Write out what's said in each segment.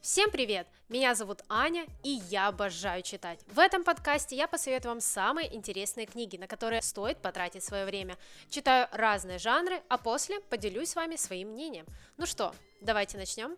Всем привет! Меня зовут Аня, и я обожаю читать. В этом подкасте я посоветую вам самые интересные книги, на которые стоит потратить свое время. Читаю разные жанры, а после поделюсь с вами своим мнением. Ну что, давайте начнем?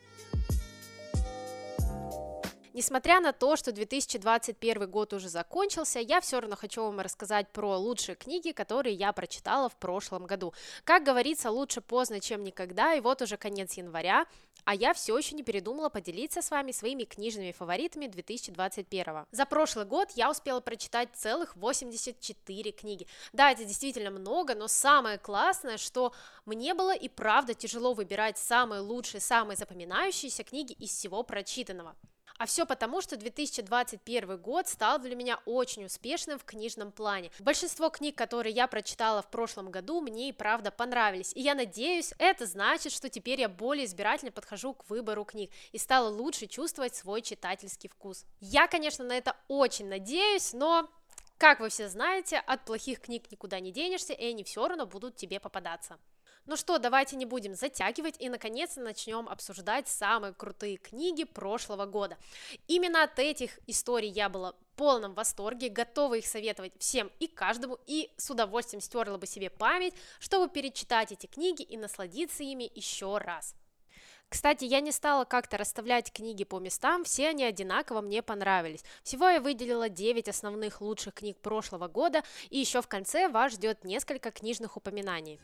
Несмотря на то, что 2021 год уже закончился, я все равно хочу вам рассказать про лучшие книги, которые я прочитала в прошлом году. Как говорится, лучше поздно, чем никогда, и вот уже конец января, а я все еще не передумала поделиться с вами своими книжными фаворитами 2021. За прошлый год я успела прочитать целых 84 книги. Да, это действительно много, но самое классное, что мне было и правда тяжело выбирать самые лучшие, самые запоминающиеся книги из всего прочитанного. А все потому, что 2021 год стал для меня очень успешным в книжном плане. Большинство книг, которые я прочитала в прошлом году, мне и правда понравились. И я надеюсь, это значит, что теперь я более избирательно подхожу к выбору книг и стала лучше чувствовать свой читательский вкус. Я, конечно, на это очень надеюсь, но... Как вы все знаете, от плохих книг никуда не денешься, и они все равно будут тебе попадаться. Ну что, давайте не будем затягивать и наконец-то начнем обсуждать самые крутые книги прошлого года. Именно от этих историй я была в полном восторге, готова их советовать всем и каждому, и с удовольствием стерла бы себе память, чтобы перечитать эти книги и насладиться ими еще раз. Кстати, я не стала как-то расставлять книги по местам, все они одинаково мне понравились. Всего я выделила 9 основных лучших книг прошлого года, и еще в конце вас ждет несколько книжных упоминаний.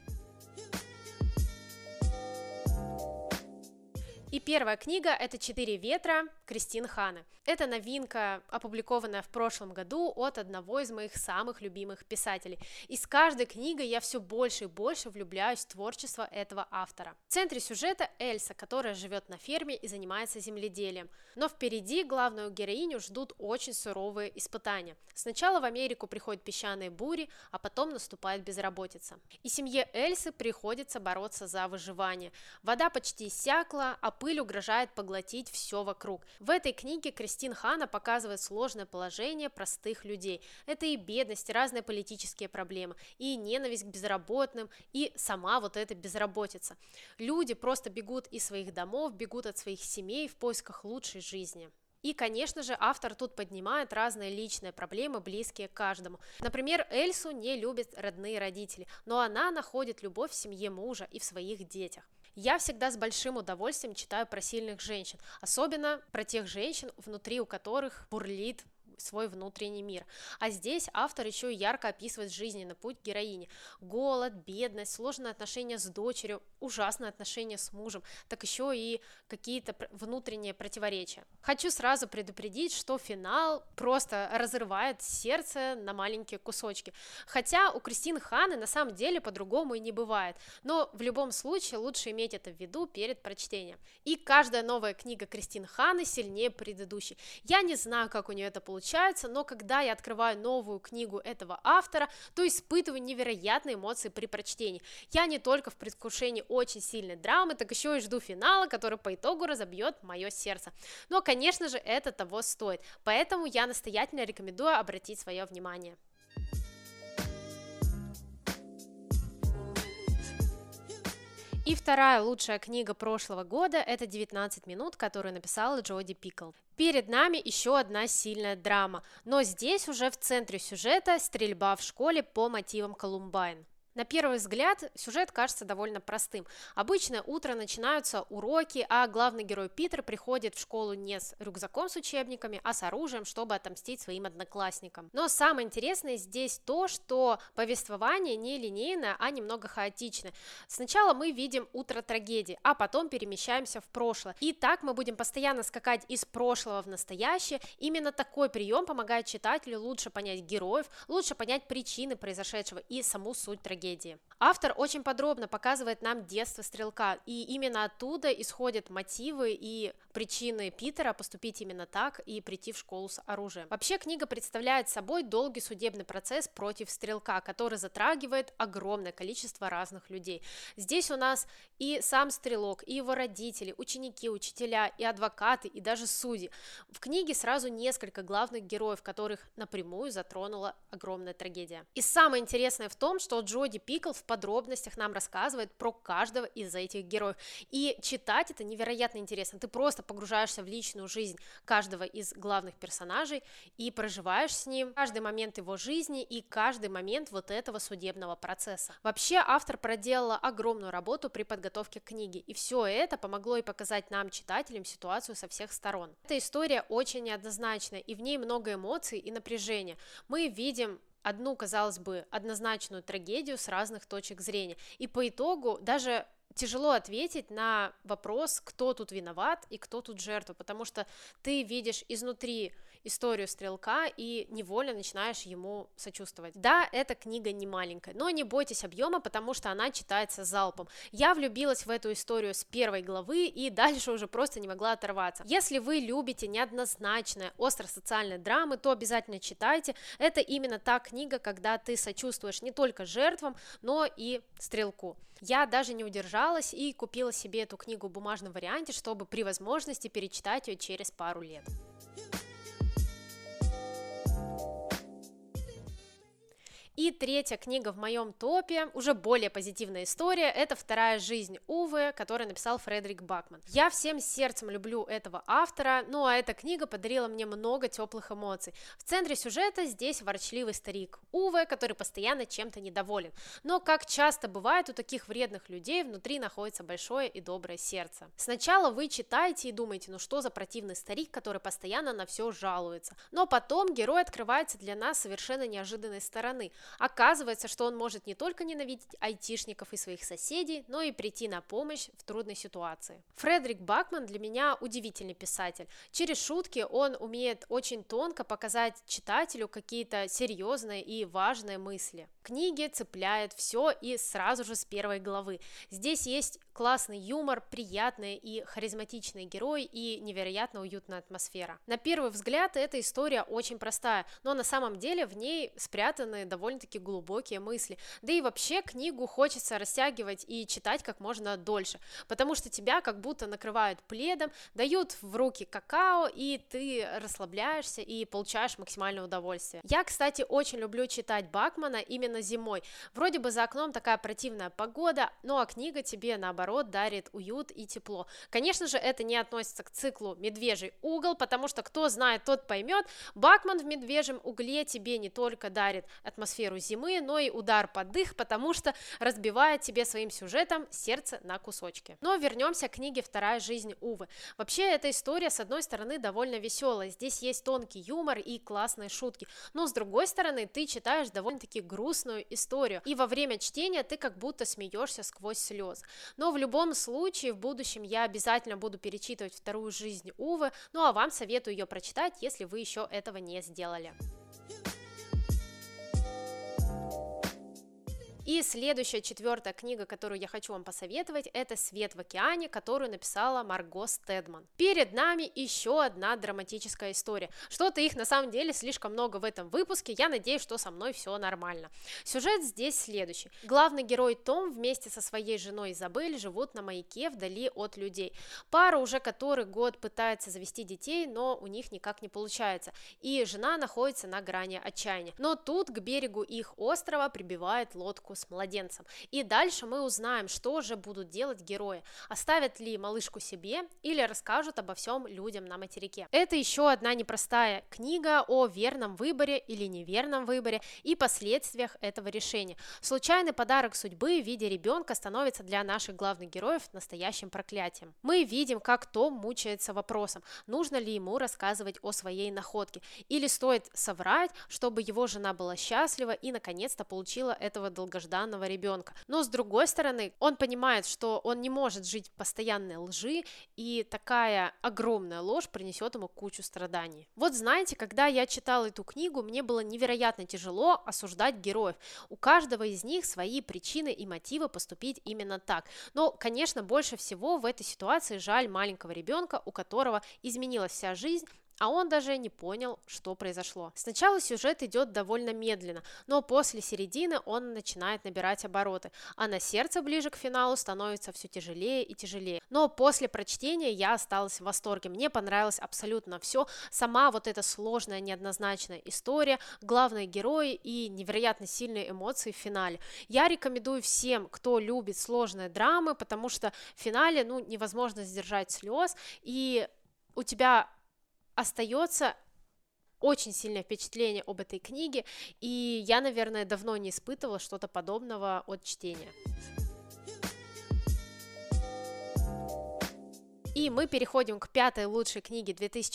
И первая книга – это «Четыре ветра» Кристин Ханне. Это новинка, опубликованная в прошлом году от одного из моих самых любимых писателей. И с каждой книгой я все больше и больше влюбляюсь в творчество этого автора. В центре сюжета Эльса, которая живет на ферме и занимается земледелием. Но впереди главную героиню ждут очень суровые испытания. Сначала в Америку приходят песчаные бури, а потом наступает безработица. И семье Эльсы приходится бороться за выживание. Вода почти иссякла, а пыль угрожает поглотить все вокруг. В этой книге Кристин Ханне показывает сложное положение простых людей. Это и бедность, и разные политические проблемы, и ненависть к безработным, и сама вот эта безработица. Люди просто бегут из своих домов, бегут от своих семей в поисках лучшей жизни. И, конечно же, автор тут поднимает разные личные проблемы, близкие к каждому. Например, Эльсу не любят родные родители, но она находит любовь в семье мужа и в своих детях. Я всегда с большим удовольствием читаю про сильных женщин, особенно про тех женщин, внутри у которых бурлит свой внутренний мир. А здесь автор еще и ярко описывает жизненный путь героини. Голод, бедность, сложные отношения с дочерью, ужасные отношения с мужем, так еще и какие-то внутренние противоречия. Хочу сразу предупредить, что финал просто разрывает сердце на маленькие кусочки. Хотя у Кристин Ханне на самом деле по-другому и не бывает. Но в любом случае лучше иметь это в виду перед прочтением. И каждая новая книга Кристин Ханне сильнее предыдущей. Я не знаю, как у нее это получается, но когда я открываю новую книгу этого автора, то испытываю невероятные эмоции при прочтении. Я не только в предвкушении очень сильной драмы, так еще и жду финала, который по итогу разобьет мое сердце. Но, конечно же, это того стоит, поэтому я настоятельно рекомендую обратить свое внимание. И вторая лучшая книга прошлого года – это «19 минут», которую написала Джоди Пикл. Перед нами еще одна сильная драма, но здесь уже в центре сюжета стрельба в школе по мотивам Колумбайн. На первый взгляд сюжет кажется довольно простым. Обычное утро, начинаются уроки, а главный герой Питер приходит в школу не с рюкзаком с учебниками, а с оружием, чтобы отомстить своим одноклассникам. Но самое интересное здесь то, что повествование не линейное, а немного хаотичное. Сначала мы видим утро трагедии, а потом перемещаемся в прошлое. И так мы будем постоянно скакать из прошлого в настоящее. Именно такой прием помогает читателю лучше понять героев, лучше понять причины произошедшего и саму суть трагедии. Автор очень подробно показывает нам детство стрелка, и именно оттуда исходят мотивы и причины Питера поступить именно так и прийти в школу с оружием. Вообще книга представляет собой долгий судебный процесс против стрелка, который затрагивает огромное количество разных людей. Здесь у нас и сам стрелок, и его родители, ученики, учителя, и адвокаты, и даже судьи. В книге сразу несколько главных героев, которых напрямую затронула огромная трагедия. И самое интересное в том, что Джоди Джоди Пикл в подробностях нам рассказывает про каждого из этих героев. И читать это невероятно интересно. Ты просто погружаешься в личную жизнь каждого из главных персонажей и проживаешь с ним каждый момент его жизни и каждый момент вот этого судебного процесса. Вообще автор проделала огромную работу при подготовке к книге, и все это помогло и показать нам, читателям, ситуацию со всех сторон. Эта история очень неоднозначная, и в ней много эмоций и напряжения. Мы видим одну, казалось бы, однозначную трагедию с разных точек зрения, и по итогу даже тяжело ответить на вопрос, кто тут виноват и кто тут жертва, потому что ты видишь изнутри историю стрелка и невольно начинаешь ему сочувствовать. Да, эта книга не маленькая, но не бойтесь объема, потому что она читается залпом. Я влюбилась в эту историю с первой главы и дальше уже просто не могла оторваться. Если вы любите неоднозначные, остро-социальные драмы, то обязательно читайте. Это именно та книга, когда ты сочувствуешь не только жертвам, но и стрелку. Я даже не удержалась и купила себе эту книгу в бумажном варианте, чтобы при возможности перечитать ее через пару лет. И третья книга в моем топе, уже более позитивная история, это «Вторая жизнь Уве», которую написал Фредерик Бакман. Я всем сердцем люблю этого автора, ну а эта книга подарила мне много теплых эмоций. В центре сюжета здесь ворчливый старик Уве, который постоянно чем-то недоволен. Но, как часто бывает у таких вредных людей, внутри находится большое и доброе сердце. Сначала вы читаете и думаете, ну что за противный старик, который постоянно на все жалуется. Но потом герой открывается для нас совершенно неожиданной стороны. Оказывается, что он может не только ненавидеть айтишников и своих соседей, но и прийти на помощь в трудной ситуации. Фредерик Бакман для меня удивительный писатель. Через шутки он умеет очень тонко показать читателю какие-то серьезные и важные мысли. Книги цепляет все и сразу же с первой главы. Здесь есть классный юмор, приятные и харизматичные герои и невероятно уютная атмосфера. На первый взгляд эта история очень простая, но на самом деле в ней спрятаны довольно-таки глубокие мысли. Да и вообще книгу хочется растягивать и читать как можно дольше, потому что тебя как будто накрывают пледом, дают в руки какао, и ты расслабляешься и получаешь максимальное удовольствие. Я, кстати, очень люблю читать Бакмана именно зимой. Вроде бы за окном такая противная погода, ну а книга тебе наоборот дарит уют и тепло. Конечно же, это не относится к циклу «Медвежий угол», потому что кто знает, тот поймет. Бакман в «Медвежьем угле» тебе не только дарит атмосферу зимы, но и удар под дых, потому что разбивает тебе своим сюжетом сердце на кусочки. Но вернемся к книге «Вторая жизнь Уве». Вообще, эта история, с одной стороны, довольно веселая. Здесь есть тонкий юмор и классные шутки, но с другой стороны, ты читаешь довольно-таки грустную историю, и во время чтения ты как будто смеешься сквозь слезы. Но в любом случае, в будущем я обязательно буду перечитывать «Вторую жизнь Уве», ну а вам советую ее прочитать, если вы еще этого не сделали. И следующая, четвертая книга, которую я хочу вам посоветовать, это «Свет в океане», которую написала Марго Стедман. Перед нами еще одна драматическая история. Что-то их на самом деле слишком много в этом выпуске, я надеюсь, что со мной все нормально. Сюжет здесь следующий. Главный герой Том вместе со своей женой Изабель живут на маяке вдали от людей. Пара уже который год пытается завести детей, но у них никак не получается, и жена находится на грани отчаяния. Но тут к берегу их острова прибивает лодку с младенцем. И дальше мы узнаем, что же будут делать герои. Оставят ли малышку себе или расскажут обо всем людям на материке. Это еще одна непростая книга о верном выборе или неверном выборе и последствиях этого решения. Случайный подарок судьбы в виде ребенка становится для наших главных героев настоящим проклятием. Мы видим, как Том мучается вопросом, нужно ли ему рассказывать о своей находке, или стоит соврать, чтобы его жена была счастлива и наконец-то получила этого долгожданного ребенка. Но с другой стороны, он понимает, что он не может жить в постоянной лжи, и такая огромная ложь принесет ему кучу страданий. Вот знаете, когда я читала эту книгу, мне было невероятно тяжело осуждать героев. У каждого из них свои причины и мотивы поступить именно так. Но, конечно, больше всего в этой ситуации жаль маленького ребенка, у которого изменилась вся жизнь, а он даже не понял, что произошло. Сначала сюжет идет довольно медленно, но после середины он начинает набирать обороты, а на сердце ближе к финалу становится все тяжелее и тяжелее. Но после прочтения я осталась в восторге, мне понравилось абсолютно все, сама вот эта сложная, неоднозначная история, главные герои и невероятно сильные эмоции в финале. Я рекомендую всем, кто любит сложные драмы, потому что в финале, невозможно сдержать слез, и у тебя остается очень сильное впечатление об этой книге, и я, наверное, давно не испытывала что-то подобного от чтения. И мы переходим к пятой лучшей книге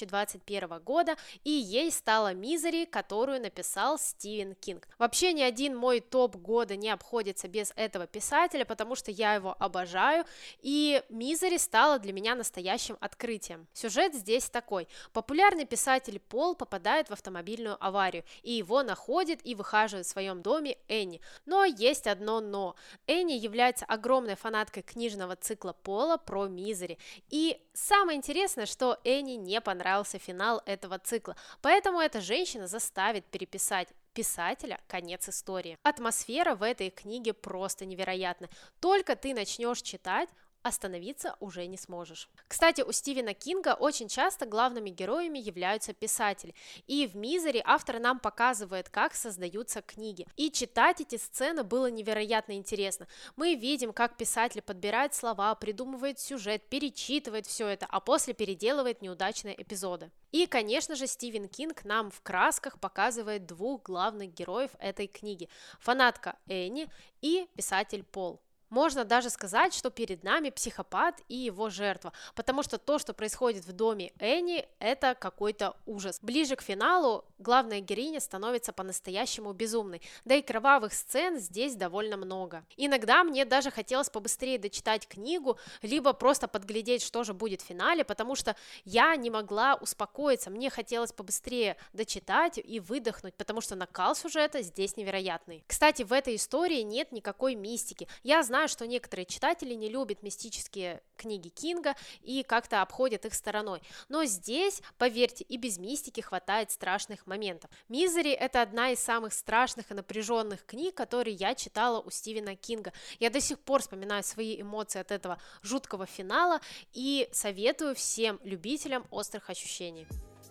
2021 года, и ей стала «Мизери», которую написал Стивен Кинг. Вообще ни один мой топ года не обходится без этого писателя, потому что я его обожаю, и «Мизери» стала для меня настоящим открытием. Сюжет здесь такой. Популярный писатель Пол попадает в автомобильную аварию, и его находит и выхаживает в своем доме Энни. Но есть одно «но». Энни является огромной фанаткой книжного цикла Пола про «Мизери», и самое интересное, что Энни не понравился финал этого цикла, поэтому эта женщина заставит переписать писателя конец истории. Атмосфера в этой книге просто невероятна. Только ты начнешь читать, остановиться уже не сможешь. Кстати, у Стивена Кинга очень часто главными героями являются писатели, и в «Мизери» автор нам показывает, как создаются книги. И читать эти сцены было невероятно интересно. Мы видим, как писатель подбирает слова, придумывает сюжет, перечитывает все это, а после переделывает неудачные эпизоды. И, конечно же, Стивен Кинг нам в красках показывает двух главных героев этой книги: фанатка Энни и писатель Пол. Можно даже сказать, что перед нами психопат и его жертва, потому что то, что происходит в доме Энни, это какой-то ужас. Ближе к финалу главная героиня становится по-настоящему безумной, да и кровавых сцен здесь довольно много. Иногда мне даже хотелось побыстрее дочитать книгу, либо просто подглядеть, что же будет в финале, потому что я не могла успокоиться, мне хотелось побыстрее дочитать и выдохнуть, потому что накал сюжета здесь невероятный. Кстати, в этой истории нет никакой мистики. Я знаю, что некоторые читатели не любят мистические книги Кинга и как-то обходят их стороной, но здесь, поверьте, и без мистики хватает страшных моментов. «Мизери» — это одна из самых страшных и напряженных книг, которые я читала у Стивена Кинга. Я до сих пор вспоминаю свои эмоции от этого жуткого финала и советую всем любителям острых ощущений.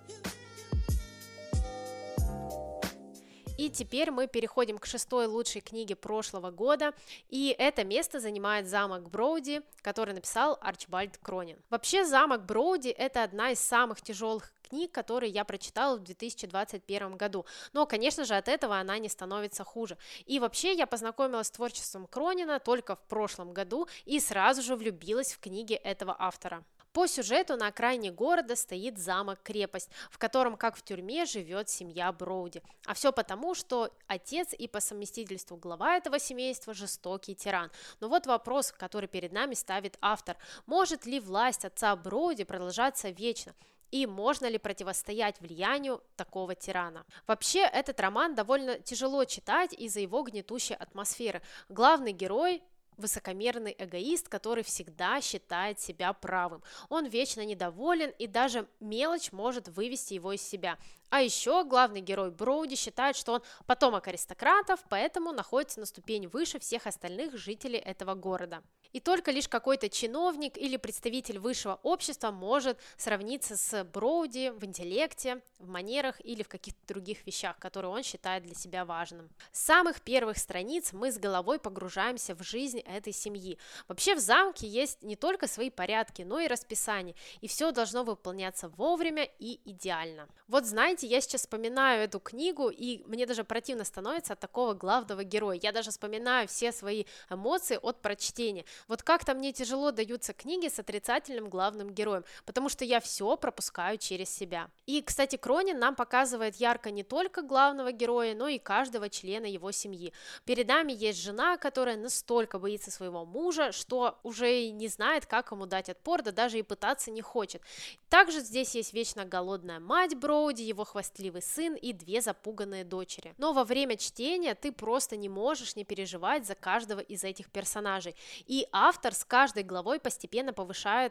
И теперь мы переходим к шестой лучшей книге прошлого года, и это место занимает «Замок Броуди», который написал Арчибальд Кронин. Вообще, «Замок Броуди» — это одна из самых тяжелых книг, которые я прочитала в 2021 году, но, конечно же, от этого она не становится хуже. И вообще, я познакомилась с творчеством Кронина только в прошлом году и сразу же влюбилась в книги этого автора. По сюжету на окраине города стоит замок-крепость, в котором, как в тюрьме, живет семья Броуди. А все потому, что отец и по совместительству глава этого семейства жестокий тиран. Но вот вопрос, который перед нами ставит автор: может ли власть отца Броуди продолжаться вечно? И можно ли противостоять влиянию такого тирана? Вообще, этот роман довольно тяжело читать из-за его гнетущей атмосферы. Главный герой — высокомерный эгоист, который всегда считает себя правым. Он вечно недоволен, и даже мелочь может вывести его из себя. А еще главный герой Броуди считает, что он потомок аристократов, поэтому находится на ступень выше всех остальных жителей этого города. И только лишь какой-то чиновник или представитель высшего общества может сравниться с Броуди в интеллекте, в манерах или в каких-то других вещах, которые он считает для себя важным. С самых первых страниц мы с головой погружаемся в жизнь этой семьи. Вообще в замке есть не только свои порядки, но и расписание, и все должно выполняться вовремя и идеально. Вот знаете, я сейчас вспоминаю эту книгу, и мне даже противно становится от такого главного героя. Я даже вспоминаю все свои эмоции от прочтения. Вот как-то мне тяжело даются книги с отрицательным главным героем, потому что я все пропускаю через себя. И, кстати, Кронин нам показывает ярко не только главного героя, но и каждого члена его семьи. Перед нами есть жена, которая настолько боится своего мужа, что уже и не знает, как ему дать отпор, да даже и пытаться не хочет. Также здесь есть вечно голодная мать Броуди, его хвастливый сын и две запуганные дочери. Но во время чтения ты просто не можешь не переживать за каждого из этих персонажей. И автор с каждой главой постепенно повышает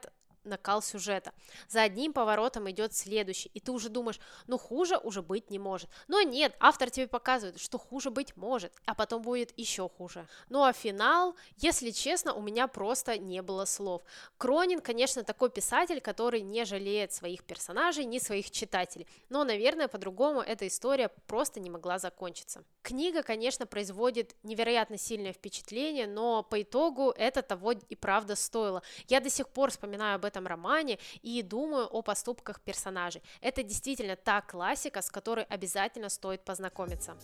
накал сюжета. За одним поворотом идет следующий, и ты уже думаешь, ну хуже уже быть не может. Но нет, автор тебе показывает, что хуже быть может, а потом будет еще хуже. Ну а финал, если честно, у меня просто не было слов. Кронин, конечно, такой писатель, который не жалеет своих персонажей, ни своих читателей, но, наверное, по-другому эта история просто не могла закончиться. Книга, конечно, производит невероятно сильное впечатление, но по итогу это того и правда стоило. Я до сих пор вспоминаю об этом романе и думаю о поступках персонажей. Это действительно та классика, с которой обязательно стоит познакомиться.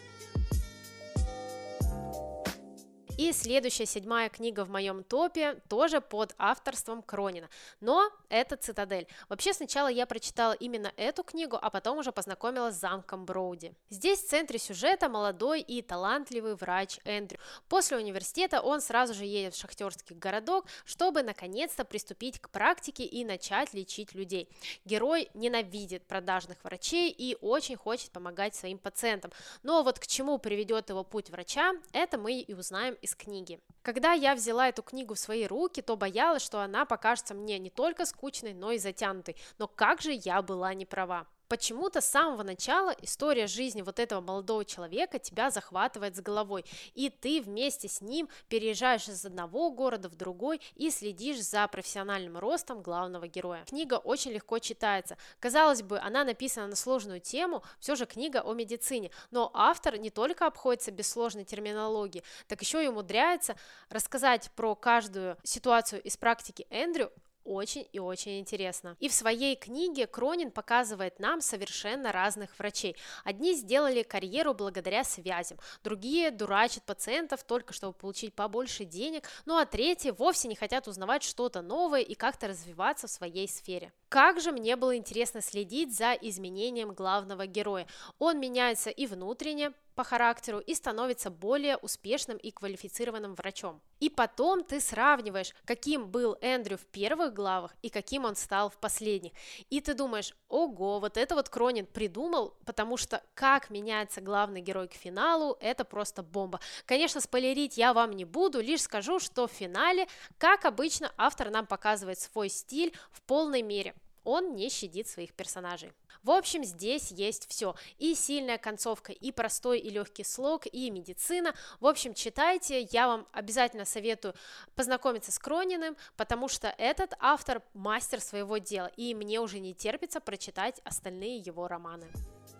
И следующая 7-я книга в моем топе тоже под авторством Кронина, но это «Цитадель». Вообще сначала я прочитала именно эту книгу, а потом уже познакомилась с замком Броуди. Здесь в центре сюжета молодой и талантливый врач Эндрю. После университета он сразу же едет в шахтерский городок, чтобы наконец-то приступить к практике и начать лечить людей. Герой ненавидит продажных врачей и очень хочет помогать своим пациентам, но вот к чему приведет его путь врача, это мы и узнаем из книги. Когда я взяла эту книгу в свои руки, то боялась, что она покажется мне не только скучной, но и затянутой. Но как же я была не права. Почему-то с самого начала история жизни вот этого молодого человека тебя захватывает с головой, и ты вместе с ним переезжаешь из одного города в другой и следишь за профессиональным ростом главного героя. Книга очень легко читается. Казалось бы, она написана на сложную тему, все же книга о медицине, но автор не только обходится без сложной терминологии, так еще и умудряется рассказать про каждую ситуацию из практики Эндрю очень и очень интересно. И в своей книге Кронин показывает нам совершенно разных врачей. Одни сделали карьеру благодаря связям, другие дурачат пациентов только чтобы получить побольше денег, ну а третьи вовсе не хотят узнавать что-то новое и как-то развиваться в своей сфере. Как же мне было интересно следить за изменением главного героя. Он меняется и внутренне, по характеру и становится более успешным и квалифицированным врачом. И потом ты сравниваешь, каким был Эндрю в первых главах и каким он стал в последних. И ты думаешь, ого, вот это вот Кронин придумал, потому что как меняется главный герой к финалу, это просто бомба. Конечно, спойлерить я вам не буду, лишь скажу, что в финале, как обычно, автор нам показывает свой стиль в полной мере. Он не щадит своих персонажей. В общем, здесь есть все. И сильная концовка, и простой и легкий слог, и медицина. В общем, читайте. Я вам обязательно советую познакомиться с Крониным, потому что этот автор мастер своего дела. И мне уже не терпится прочитать остальные его романы.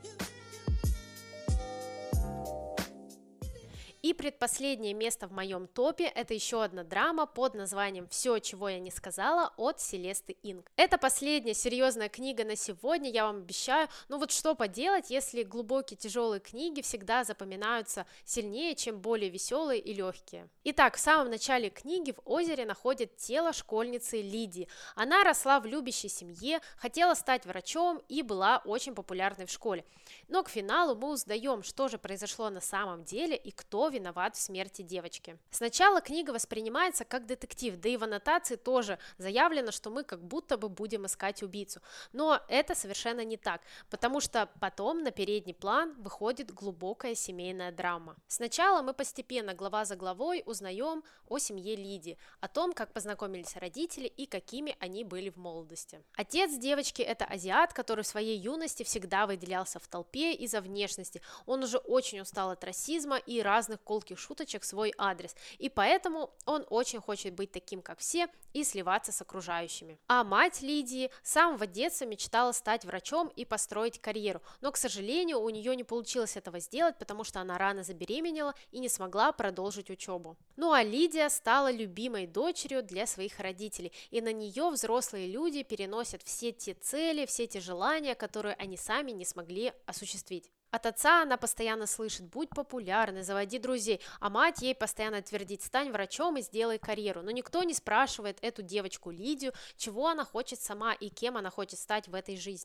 И предпоследнее место в моем топе – это еще одна драма под названием «Все, чего я не сказала» от Селесты Инг. Это последняя серьезная книга на сегодня, я вам обещаю. Ну вот что поделать, если глубокие тяжелые книги всегда запоминаются сильнее, чем более веселые и легкие. Итак, в самом начале книги в озере находят тело школьницы Лидии. Она росла в любящей семье, хотела стать врачом и была очень популярной в школе. Но к финалу мы узнаем, что же произошло на самом деле и кто виноват в смерти девочки. Сначала книга воспринимается как детектив, да и в аннотации тоже заявлено, что мы как будто бы будем искать убийцу. Но это совершенно не так, потому что потом на передний план выходит глубокая семейная драма. Сначала мы постепенно, глава за главой, узнаем о семье Лидии, о том, как познакомились родители и какими они были в молодости. Отец девочки – это азиат, который в своей юности всегда выделялся в толпе из-за внешности. Он уже очень устал от расизма и разных колких шуточек в свой адрес, и поэтому он очень хочет быть таким, как все, и сливаться с окружающими. А мать Лидии с самого детства мечтала стать врачом и построить карьеру, но, к сожалению, у нее не получилось этого сделать, потому что она рано забеременела и не смогла продолжить учебу. Ну а Лидия стала любимой дочерью для своих родителей, и на нее взрослые люди переносят все те цели, все те желания, которые они сами не смогли осуществить. От отца она постоянно слышит: будь популярной, заводи друзей, а мать ей постоянно твердит: стань врачом и сделай карьеру. Но никто не спрашивает эту девочку Лидию, чего она хочет сама и кем она хочет стать в этой жизни.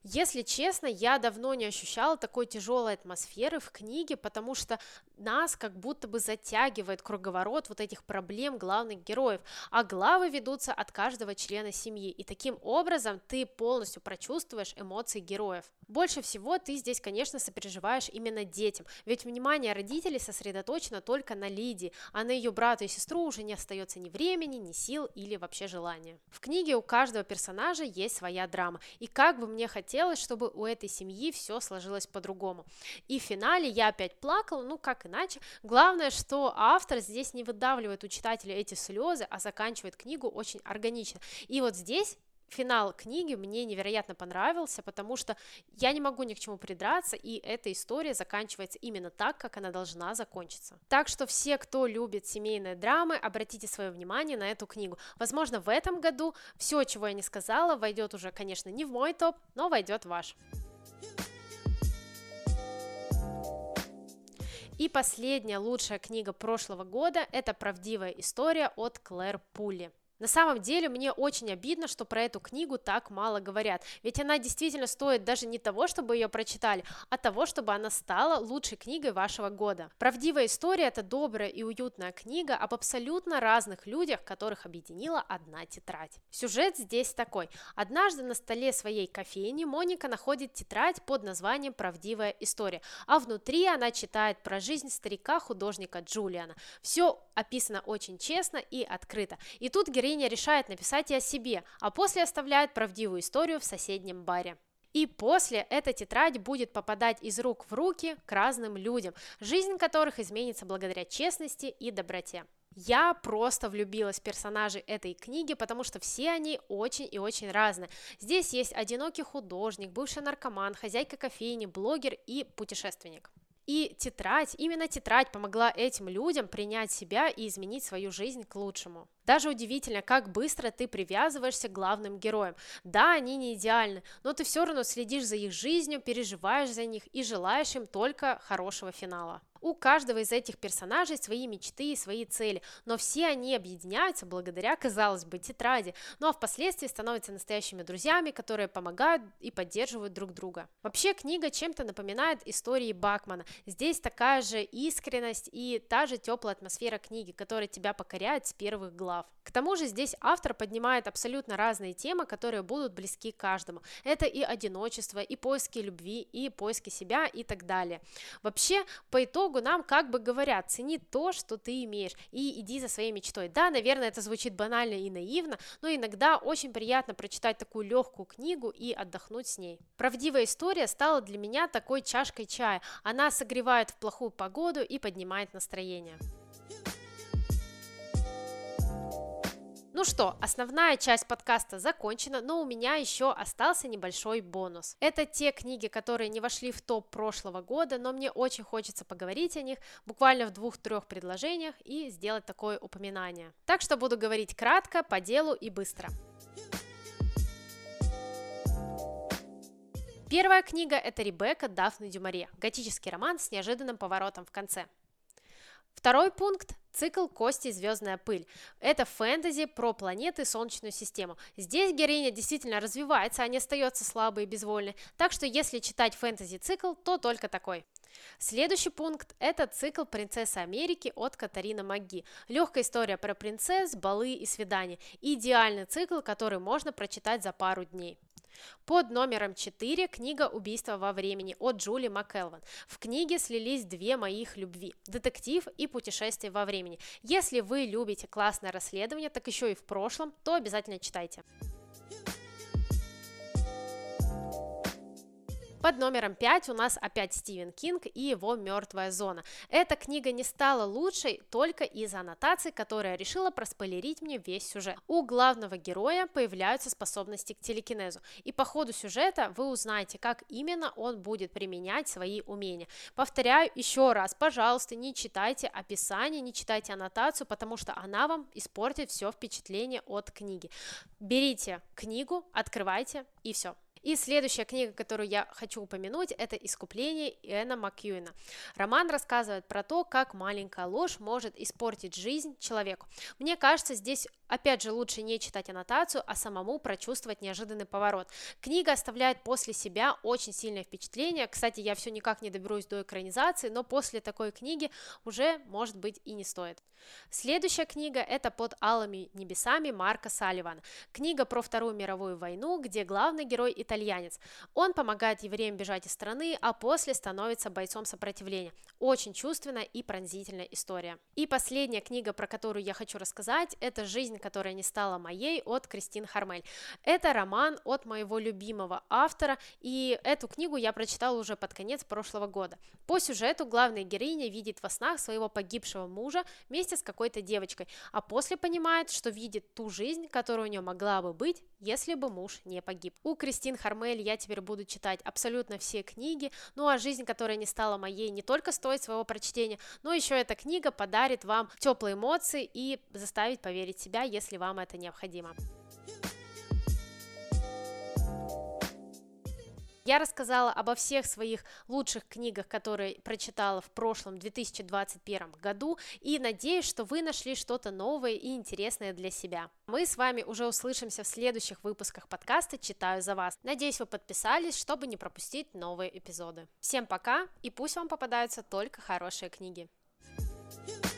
Если честно, я давно не ощущала такой тяжелой атмосферы в книге, потому что нас как будто бы затягивает круговорот вот этих проблем главных героев, а главы ведутся от каждого члена семьи, и таким образом ты полностью прочувствуешь эмоции героев. Больше всего ты здесь, конечно, сопереживаешь именно детям, ведь внимание родителей сосредоточено только на Лидии, а на ее брата и сестру уже не остается ни времени, ни сил или вообще желания. В книге у каждого персонажа есть своя драма, и как бы мне хотелось, чтобы у этой семьи все сложилось по-другому. И в финале я опять плакала, ну как иначе. Главное, что автор здесь не выдавливает у читателя эти слезы, а заканчивает книгу очень органично. И вот здесь финал книги мне невероятно понравился, потому что я не могу ни к чему придраться, и эта история заканчивается именно так, как она должна закончиться. Так что все, кто любит семейные драмы, обратите свое внимание на эту книгу. Возможно, в этом году все, чего я не сказала, войдет уже, конечно, не в мой топ, но войдет в ваш. И последняя лучшая книга прошлого года – это «Правдивая история» от Клэр Пулли. На самом деле мне очень обидно, что про эту книгу так мало говорят, ведь она действительно стоит даже не того, чтобы ее прочитали, а того, чтобы она стала лучшей книгой вашего года. «Правдивая история» – это добрая и уютная книга об абсолютно разных людях, которых объединила одна тетрадь. Сюжет здесь такой. Однажды на столе своей кофейни Моника находит тетрадь под названием «Правдивая история», а внутри она читает про жизнь старика-художника Джулиана. Все описано очень честно и открыто. И тут героиня решает написать и о себе, а после оставляет правдивую историю в соседнем баре. И после эта тетрадь будет попадать из рук в руки к разным людям, жизнь которых изменится благодаря честности и доброте. Я просто влюбилась в персонажей этой книги, потому что все они очень и очень разные. Здесь есть одинокий художник, бывший наркоман, хозяйка кофейни, блогер и путешественник. И именно тетрадь помогла этим людям принять себя и изменить свою жизнь к лучшему. Даже удивительно, как быстро ты привязываешься к главным героям. Да, они не идеальны, но ты все равно следишь за их жизнью, переживаешь за них и желаешь им только хорошего финала. У каждого из этих персонажей свои мечты и свои цели, но все они объединяются благодаря, казалось бы, тетради, ну а впоследствии становятся настоящими друзьями, которые помогают и поддерживают друг друга. Вообще книга чем-то напоминает истории Бакмана. Здесь такая же искренность и та же теплая атмосфера книги, которая тебя покоряет с первых глав. К тому же здесь автор поднимает абсолютно разные темы, которые будут близки каждому. Это и одиночество, и поиски любви, и поиски себя и так далее. Вообще, по итогу нам как бы говорят: цени то, что ты имеешь, и иди за своей мечтой. Да, наверное, это звучит банально и наивно, но иногда очень приятно прочитать такую легкую книгу и отдохнуть с ней. «Правдивая история» стала для меня такой чашкой чая. Она согревает в плохую погоду и поднимает настроение. Ну что, основная часть подкаста закончена, но у меня еще остался небольшой бонус. Это те книги, которые не вошли в топ прошлого года, но мне очень хочется поговорить о них буквально в 2-3 предложениях и сделать такое упоминание. Так что буду говорить кратко, по делу и быстро. Первая книга – это «Ребекка» Дафны Дюмаре, готический роман с неожиданным поворотом в конце. Второй пункт – цикл «Кости и звездная пыль». Это фэнтези про планеты и Солнечную систему. Здесь героиня действительно развивается, а не остается слабой и безвольной. Так что если читать фэнтези-цикл, то только такой. Следующий пункт – это цикл «Принцесса Америки» от Катарина МакГи. Легкая история про принцесс, балы и свидания. Идеальный цикл, который можно прочитать за пару дней. Под номером 4 книга «Убийство во времени» от Джули МакЭлван. В книге слились две моих любви – детектив и путешествие во времени. Если вы любите классное расследование, так еще и в прошлом, то обязательно читайте. Под номером 5 у нас опять Стивен Кинг и его «Мертвая зона». Эта книга не стала лучшей только из-за аннотаций, которая решила проспойлерить мне весь сюжет. У главного героя появляются способности к телекинезу, и по ходу сюжета вы узнаете, как именно он будет применять свои умения. Повторяю еще раз, пожалуйста, не читайте описание, не читайте аннотацию, потому что она вам испортит все впечатление от книги. Берите книгу, открывайте и все. И следующая книга, которую я хочу упомянуть, это «Искупление» Иэна Макьюина. Роман рассказывает про то, как маленькая ложь может испортить жизнь человеку. Мне кажется, здесь опять же лучше не читать аннотацию, а самому прочувствовать неожиданный поворот. Книга оставляет после себя очень сильное впечатление. Кстати, я все никак не доберусь до экранизации, но после такой книги уже, может быть, и не стоит. Следующая книга – это «Под алыми небесами» Марка Салливана. Книга про Вторую мировую войну, где главный герой итальянец. Он помогает евреям бежать из страны, а после становится бойцом сопротивления. Очень чувственная и пронзительная история. И последняя книга, про которую я хочу рассказать, это «Жизнь, которая не стала моей» от Кристин Хармель. Это роман от моего любимого автора, и эту книгу я прочитала уже под конец прошлого года. По сюжету главная героиня видит во снах своего погибшего мужа вместе с какой-то девочкой, а после понимает, что видит ту жизнь, которая у нее могла бы быть, если бы муж не погиб. У Кристин Хармель я теперь буду читать абсолютно все книги, ну а «Жизнь, которая не стала моей» не только стоит своего прочтения, но еще эта книга подарит вам теплые эмоции и заставит поверить в себя, если вам это необходимо. Я рассказала обо всех своих лучших книгах, которые прочитала в прошлом 2021 году, и надеюсь, что вы нашли что-то новое и интересное для себя. Мы с вами уже услышимся в следующих выпусках подкаста «Читаю за вас». Надеюсь, вы подписались, чтобы не пропустить новые эпизоды. Всем пока, и пусть вам попадаются только хорошие книги.